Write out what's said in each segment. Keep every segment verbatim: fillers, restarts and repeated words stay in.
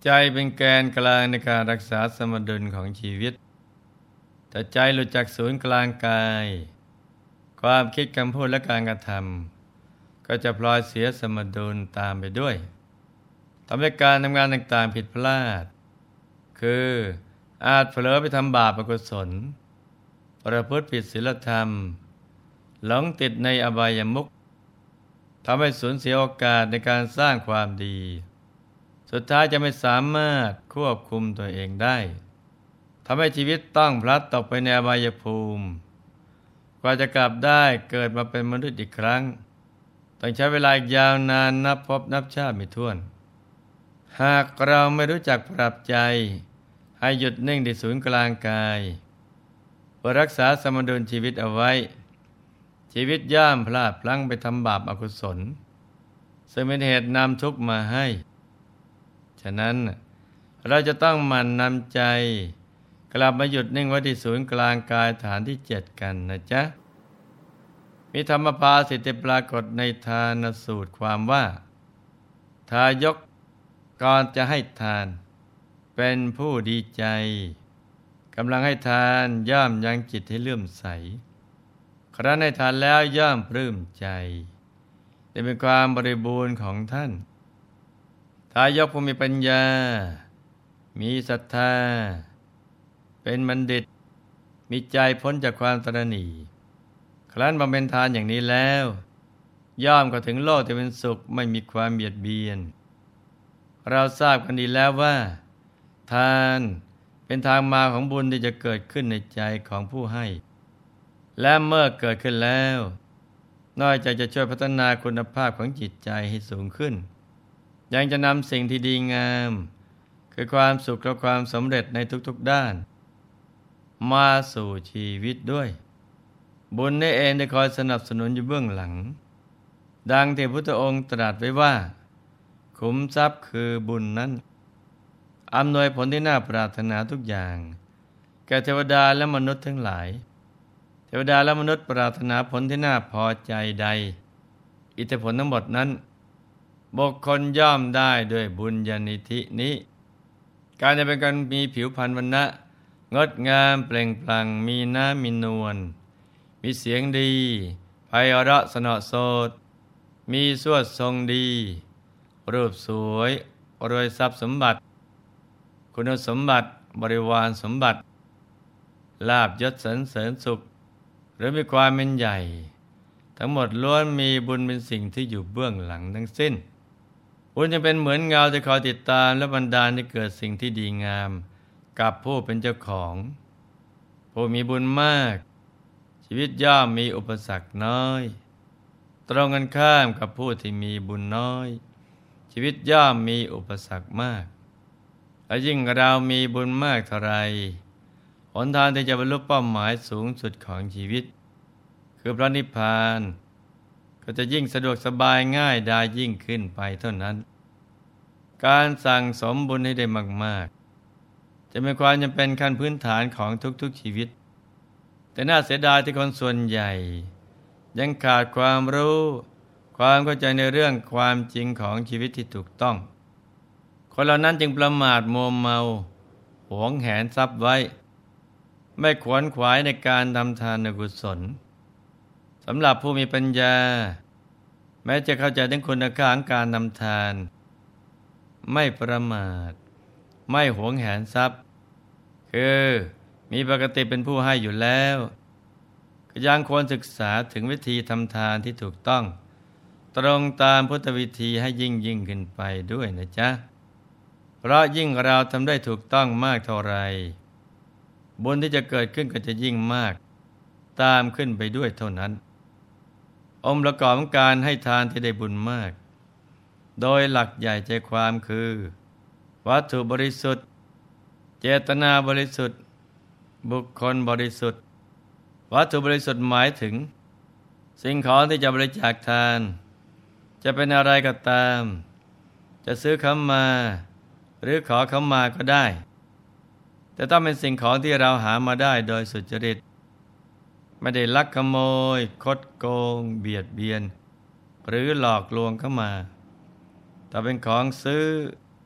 ใจเป็นแกนกลางในการรักษาสมดุลของชีวิตแต่ใจหลุดจากศูนย์กลางกายความคิดคำพูดและการกระทำก็จะพลอยเสียสมดุลตามไปด้วยทำให้การทำงานต่างๆผิดพลาดคืออาจเผลอไปทำบาปอกุศลประพฤติผิดศีลธรรมหลงติดในอบายมุขทำให้สูญเสียโอกาสในการสร้างความดีสุดท้ายจะไม่สามารถควบคุมตัวเองได้ทำให้ชีวิตต้องพลัดตกไปในอบายภูมิกว่าจะกลับได้เกิดมาเป็นมนุษย์อีกครั้งต้องใช้เวลายาวนานนับพบนับชาติไม่ถ้วนหากเราไม่รู้จักปรับใจให้หยุดนิ่งที่ศูนย์กลางกายเพื่อรักษาสมดุลชีวิตเอาไว้ชีวิตย่ามพลาดพลั้งไปทำบาปอกุศลซึ่งเป็นเหตุนำทุกข์มาให้ฉะนั้นเราจะต้องหมั่นนำใจกลับมาหยุดนิ่งไว้ที่ศูนย์กลางกายฐานที่เจ็ดกันนะจ๊ะมีธรรมภาสิทธิปรากฏในทานสูตรความว่าทายกก่อนจะให้ทานเป็นผู้ดีใจกำลังให้ทานย่อมยังจิตให้เลื่อมใสครั้นให้ทานแล้วย่อมปลื้มใจได้เป็นความบริบูรณ์ของท่านทายกผู้มีปัญญามีศรัทธาเป็นบัณฑิตมีใจพ้นจากความตระหนี่ครั้นบำเพ็ญทานอย่างนี้แล้วย่อมก็ถึงโลกที่เป็นสุขไม่มีความเบียดเบียนเราทราบกันดีแล้วว่าทานเป็นทางมาของบุญที่จะเกิดขึ้นในใจของผู้ให้และเมื่อเกิดขึ้นแล้วนอกจากจะช่วยพัฒนาคุณภาพของจิตใจให้สูงขึ้นยังจะนำสิ่งที่ดีงามคือความสุขและความสำเร็จในทุกๆด้านมาสู่ชีวิตด้วยบุญนี่เองได้คอยสนับสนุนอยู่เบื้องหลังดังที่พระพุทธองค์ตรัสไว้ว่าขุมทรัพย์คือบุญนั้นอำนวยผลที่น่าปรารถนาทุกอย่างแก่เทวดาและมนุษย์ทั้งหลายเทวดาและมนุษย์ปรารถนาผลที่น่าพอใจใดอิทธิผลทั้งหมดนั้นบุคคลย่อมได้ด้วยบุญญาณิธินี้การจะเป็นการมีผิวพรรณวรรณะงดงามเปล่งปลั่งมีน้ำมีนวลมีเสียงดีไพเราะสนอโสดมีสวดทรงดีรูปสวยรวยทรัพย์สมบัติคุณสมบัติบริวารสมบัติลาภยศสรรเสริญสุขหรือมีความเป็นใหญ่ทั้งหมดล้วนมีบุญเป็นสิ่งที่อยู่เบื้องหลังทั้งสิ้นบุญจะเป็นเหมือนเงาที่คอยติดตามและบันดาลให้เกิดสิ่งที่ดีงามกับผู้เป็นเจ้าของผู้มีบุญมากชีวิตย่อมมีอุปสรรคน้อยตรงกันข้ามกับผู้ที่มีบุญน้อยชีวิตย่อมมีอุปสรรคมากและยิ่งเรามีบุญมากเท่าไรหนทางที่จะบรรลุเป้าหมายสูงสุดของชีวิตคือพระนิพพานก็จะยิ่งสะดวกสบายง่ายดายยิ่งขึ้นไปเท่านั้นการสั่งสมบุญให้ได้มากๆจะเป็นความจำเป็นขั้นพื้นฐานของทุกๆชีวิตแต่น่าเสียดายที่คนส่วนใหญ่ยังขาดความรู้ความเข้าใจในเรื่องความจริงของชีวิตที่ถูกต้องคนเหล่านั้นจึงประมาทมัวเมาหวงแหนทรัพย์ไว้ไม่ขวนขวายในการทำทานกุศลสำหรับผู้มีปัญญาแม้จะเข้าใจถึงคุณค่าของการทำทานไม่ประมาทไม่หวงแหนทรัพย์คือมีปกติเป็นผู้ให้อยู่แล้วก็ยังควรศึกษาถึงวิธีทำทานที่ถูกต้องตรงตามพุทธวิธีให้ยิ่งยิ่งขึ้นไปด้วยนะจ๊ะเพราะยิ่งเราทำได้ถูกต้องมากเท่าไรบุญที่จะเกิดขึ้นก็จะยิ่งมากตามขึ้นไปด้วยเท่านั้นองค์ประกอบของการให้ทานที่ได้บุญมากโดยหลักใหญ่ใจความคือวัตถุบริสุทธิ์เจตนาบริสุทธิ์บุคคลบริสุทธิ์วัตถุบริสุทธิ์หมายถึงสิ่งของที่จะบริจาคทานจะเป็นอะไรก็ตามจะซื้อเข้ามาหรือขอเข้ามาก็ได้แต่ต้องเป็นสิ่งของที่เราหามาได้โดยสุจริตไม่ได้ลักขโมยคดโกงเบียดเบียนหรือหลอกลวงเข้ามาแต่เป็นของซื้อ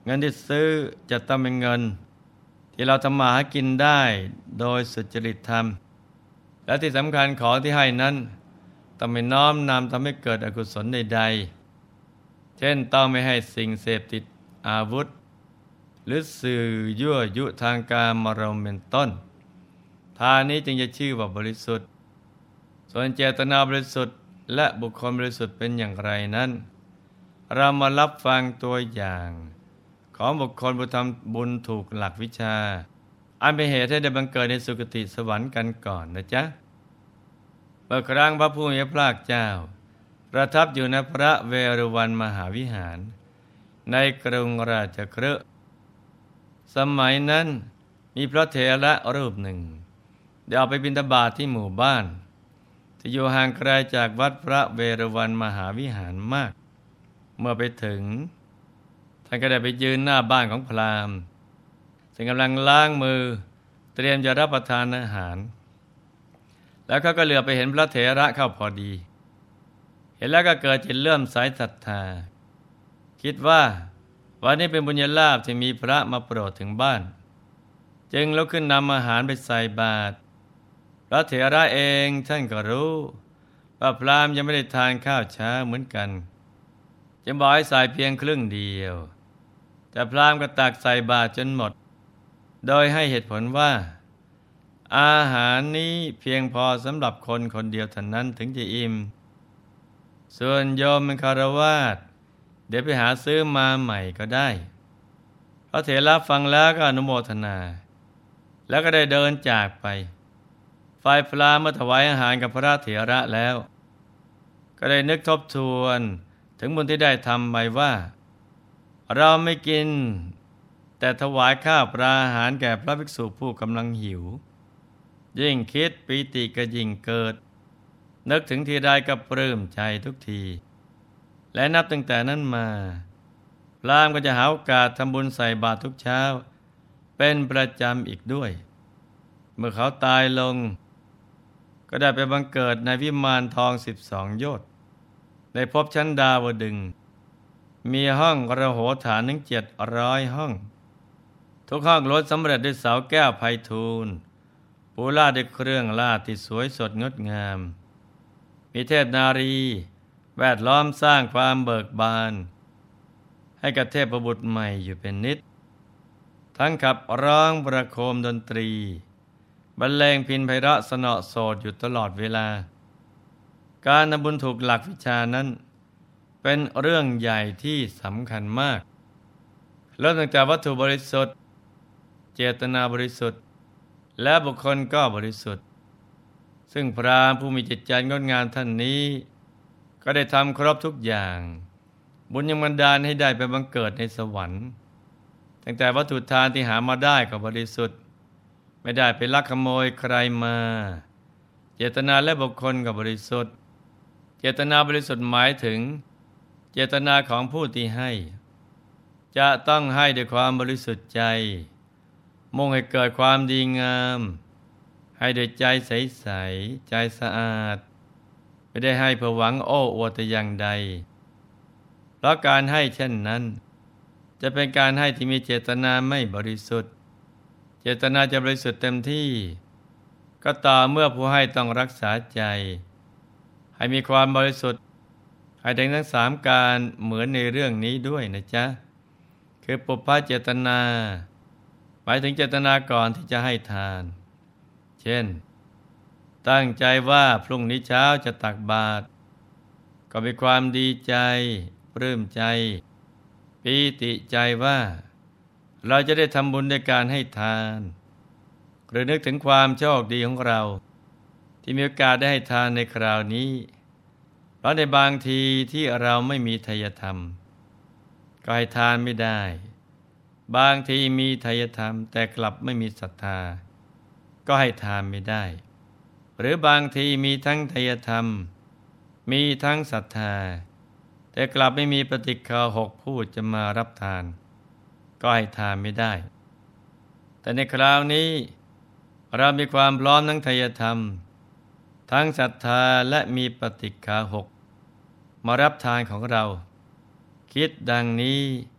เงินที่ซื้อจะต้องเป็นเงินที่เราทำมาหากินได้โดยสุจริตธรรมและที่สำคัญของที่ให้นั้นต้องไม่น้อมนำทำให้เกิดอกุศลใดๆเช่นต้องไม่ให้สิ่งเสพติดอาวุธหรือสื่อยั่วยุทางกามารมณ์เป็นต้นทานนี้จึงจะชื่อว่าบริสุทธิ์ส่วนเจตนาบริสุทธิ์และบุคคลบริสุทธิ์เป็นอย่างไรนั้นเรามารับฟังตัวอย่างของบุคคลผู้ทำบุญถูกหลักวิชาอันเป็นเหตุให้ได้บังเกิดในสุคติสวรรค์กันก่อนนะจ๊ะเมื่อครั้งพระผู้มีพระภาคเจ้าประทับอยู่ในพระเวรุวันมหาวิหารในกรุงราชคฤห์สมัยนั้นมีพระเถระรูปหนึ่งได้ออกไปบิณฑบาตที่หมู่บ้านที่อยู่ห่างไกลจากวัดพระเวรุวันมหาวิหารมากเมื่อไปถึงท่านก็ได้ไปยืนหน้าบ้านของพราหมณ์ซึ่งกำลังล้างมือเตรียมจะรับประทานอาหารแล้วเขาก็เหลือบไปเห็นพระเถระเข้าพอดีเห็นแล้วก็เกิดจิตเลื่อมใสศรัทธาคิดว่าวันนี้เป็นบุญญาลาภที่มีพระมาโปรดถึงบ้านจึงลุกขึ้นนำอาหารไปใส่บาตรพระเถระเองท่านก็รู้ว่าพราหมณ์ยังไม่ได้ทานข้าวเช้าเหมือนกันจึงบอกให้ใส่เพียงครึ่งเดียวแต่พราหมณ์ก็ตักใส่บาตรจนหมดโดยให้เหตุผลว่าอาหารนี้เพียงพอสำหรับคนคนเดียวเท่านั้นถึงจะอิ่มส่วนโยมเป็นคฤหัสถ์เดี๋ยวไปหาซื้อมาใหม่ก็ได้พระเถระฟังแล้วก็อนุโมทนาแล้วก็ได้เดินจากไปฝ่ายพราหมณ์เมื่อถวายอาหารกับพระเถระแล้วก็ได้นึกทบทวนถึงบุญที่ได้ทำไปว่าเราไม่กินแต่ถวายข้าวปลาอาหารแก่พระภิกษุผู้กำลังหิวยิ่งคิดปีติก็ยิ่งเกิดนึกถึงทีใดก็ปลื้มใจทุกทีและนับตั้งแต่นั้นมาพราหมณ์ก็จะหาโอกาสทำบุญใส่บาตรทุกเช้าเป็นประจำอีกด้วยเมื่อเขาตายลงก็ได้ไปบังเกิดในวิมานทองสิบสองโยชน์ได้พบชั้นดาวดึงส์มีห้องระโหฐานถึงเจ็ดร้อยห้องทุกห้องล้วนสำเร็จด้วยเสาแก้วไพฑูรย์ปูลาดด้วยเครื่องลาดที่สวยสดงดงามมีเทพนารีแวดล้อมสร้างความเบิกบานให้กับเทพบุตรใหม่อยู่เป็นนิดทั้งขับร้องประโคมดนตรีบรรเลงพิณไพเราะสนอโสดอยู่ตลอดเวลาการทำบุญถูกหลักวิชานั้นเป็นเรื่องใหญ่ที่สำคัญมากเริ่มตั้งแต่วัตถุบริสุทธิ์เจตนาบริสุทธิ์และบุคคลก็บริสุทธิ์ซึ่งพราหมณ์ผู้มีจิตใจงดงามท่านนี้ก็ได้ทำครบทุกอย่างบุญยังบันดาลให้ได้ไปบังเกิดในสวรรค์ตั้งแต่วัตถุทานที่หามาได้ก็บริสุทธิ์ไม่ได้ไปลักขโมยใครมาเจตนาและบุคคลก็บริสุทธิ์เจตนาบริสุทธิ์หมายถึงเจตนาของผู้ที่ให้จะต้องให้ด้วยความบริสุทธิ์ใจมุ่งให้เกิดความดีงามให้ด้วยใจใสๆใจสะอาดไม่ได้ให้เพื่อหวังโอ้อวดแต่อย่างใดเพราะการให้เช่นนั้นจะเป็นการให้ที่มีเจตนาไม่บริสุทธิ์เจตนาจะบริสุทธิ์เต็มที่ก็ต่อเมื่อผู้ให้ต้องรักษาใจให้มีความบริสุทธิ์ให้ถึงทั้งสามการเหมือนในเรื่องนี้ด้วยนะจ๊ะคือปุพพเจตนาหมายถึงเจตนาก่อนที่จะให้ทานเช่นตั้งใจว่าพรุ่งนี้เช้าจะตักบาตรก็มีความดีใจปลื้มใจปีติใจว่าเราจะได้ทำบุญด้วยการให้ทานหรือนึกถึงความโชคดีของเราที่มีโอกาสได้ให้ทานในคราวนี้เพราะในบางทีที่เราไม่มีไทยธรรมก็ให้ทานไม่ได้บางทีมีไทยธรรมแต่กลับไม่มีศรัทธาก็ให้ทานไม่ได้หรือบางทีมีทั้งไทยธรรมมีทั้งศรัทธาแต่กลับไม่มีปฏิฆาหกผู้จะมารับทานก็ให้ทานไม่ได้แต่ในคราวนี้เรามีความพร้อมทั้งไทยธรรมทั้งศรัทธาและมีปฏิฆาหกมารับทานของเราคิดดังนี้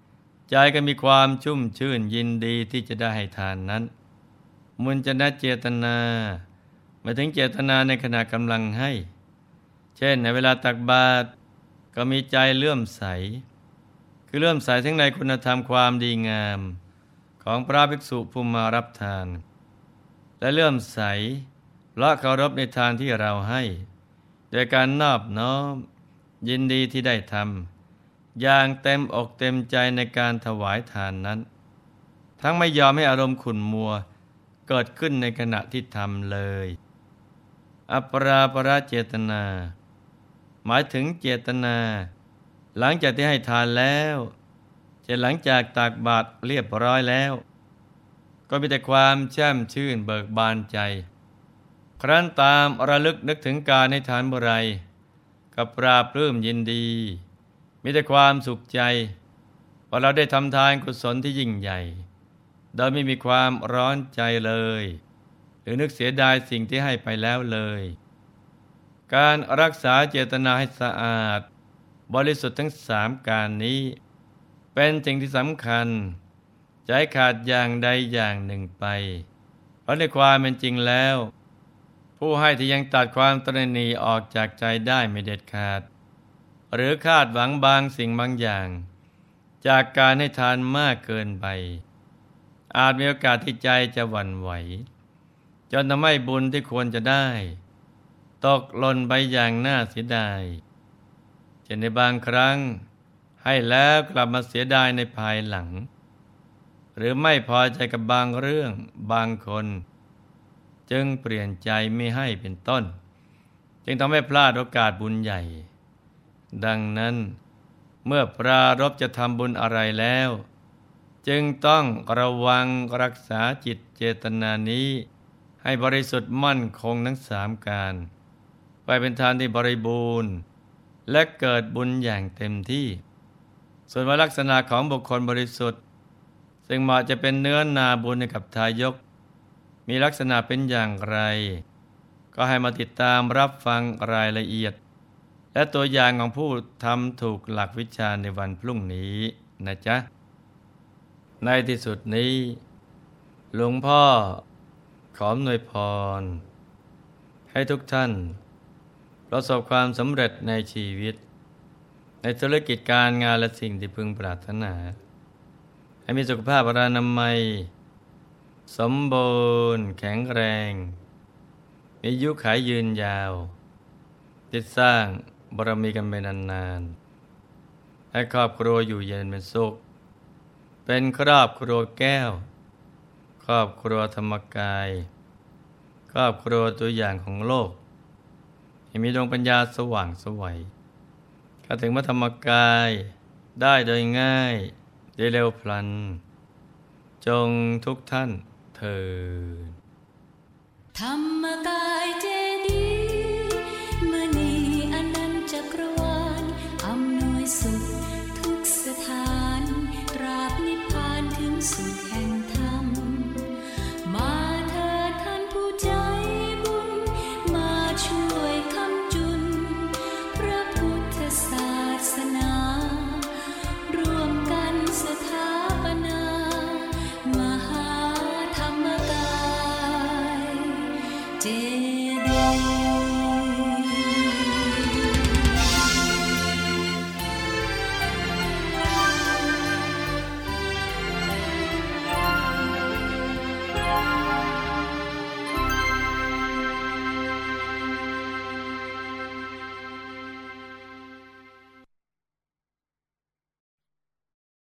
ใจก็มีความชุ่มชื่นยินดีที่จะได้ให้ทานนั้นมุญจนะเจตนาหมายถึงเจตนาในขณะกำลังให้เช่นในเวลาตักบาตรก็มีใจเลื่อมใสคือเลื่อมใสทั้งในคุณธรรมความดีงามของพระภิกษุผู้มารับทานและเลื่อมใสเพราะเคารพในทานที่เราให้โดยการนอบน้อมยินดีที่ได้ทำอย่างเต็มอกเต็มใจในการถวายทานนั้นทั้งไม่ยอมให้อารมณ์ขุ่นมัวเกิดขึ้นในขณะที่ทำเลยอปราประเจตนาหมายถึงเจตนาหลังจากที่ให้ทานแล้วจะหลังจากตักบาตรเรียบร้อยแล้วก็มีแต่ความแช่มชื่นเบิกบานใจครั้นตามระลึกนึกถึงการให้ทานเมื่อไรก็ปราบปลื้มยินดีมีแต่ความสุขใจพอเราได้ทำทานกุศลที่ยิ่งใหญ่โดยไม่มีความร้อนใจเลยหรือนึกเสียดายสิ่งที่ให้ไปแล้วเลยการรักษาเจตนาให้สะอาดบริสุทธิ์ทั้งสามการนี้เป็นสิ่งที่สำคัญจะให้ขาดอย่างใดอย่างหนึ่งไปเพราะในความเป็นจริงแล้วผู้ให้ที่ยังตัดความตระหนี่ออกจากใจได้ไม่เด็ดขาดหรือคาดหวังบางสิ่งบางอย่างจากการให้ทานมากเกินไปอาจมีโอกาสที่ใจจะหวั่นไหวจนทำให้บุญที่ควรจะได้ตกหล่นไปอย่างน่าเสียดายเช่นในบางครั้งให้แล้วกลับมาเสียดายในภายหลังหรือไม่พอใจกับบางเรื่องบางคนจึงเปลี่ยนใจไม่ให้เป็นต้นจึงทำให้พลาดโอกาสบุญใหญ่ดังนั้นเมื่อปรารภจะทำบุญอะไรแล้วจึงต้องระวังรักษาจิตเจตนานี้ให้บริสุทธิ์มั่นคงทั้งสามการไปเป็นทานที่บริบูรณ์และเกิดบุญอย่างเต็มที่ส่วนว่าลักษณะของบุคคลบริสุทธิ์ซึ่งเหมาะจะเป็นเนื้อนาบุญให้กับทายกมีลักษณะเป็นอย่างไรก็ให้มาติดตามรับฟังรายละเอียดและตัวอย่างของผู้ทำถูกหลักวิชาในวันพรุ่งนี้นะจ๊ะในที่สุดนี้หลวงพ่อขออำนวยพรให้ทุกท่านประสบความสำเร็จในชีวิตในธุรกิจการงานและสิ่งที่พึงปรารถนาให้มีสุขภาพอนามัยสมบูรณ์แข็งแรงมีอายุขัยยืนยาวที่สร้างบารมีกันไปนานๆให้ครอบครัวอยู่เย็นเป็นสุขเป็นครอบครัวแก้วครอบครัวธรรมกายครอบครัวตัวอย่างของโลกให้มีดวงปัญญาสว่างไสวเข้าถึงพระธรรมกายได้โดยง่ายได้เร็วพลันจงทุกท่านเถิดธรรมกายเจดีย์มณีอนันต์จักรวาลอำนวยสุขทุกสถาน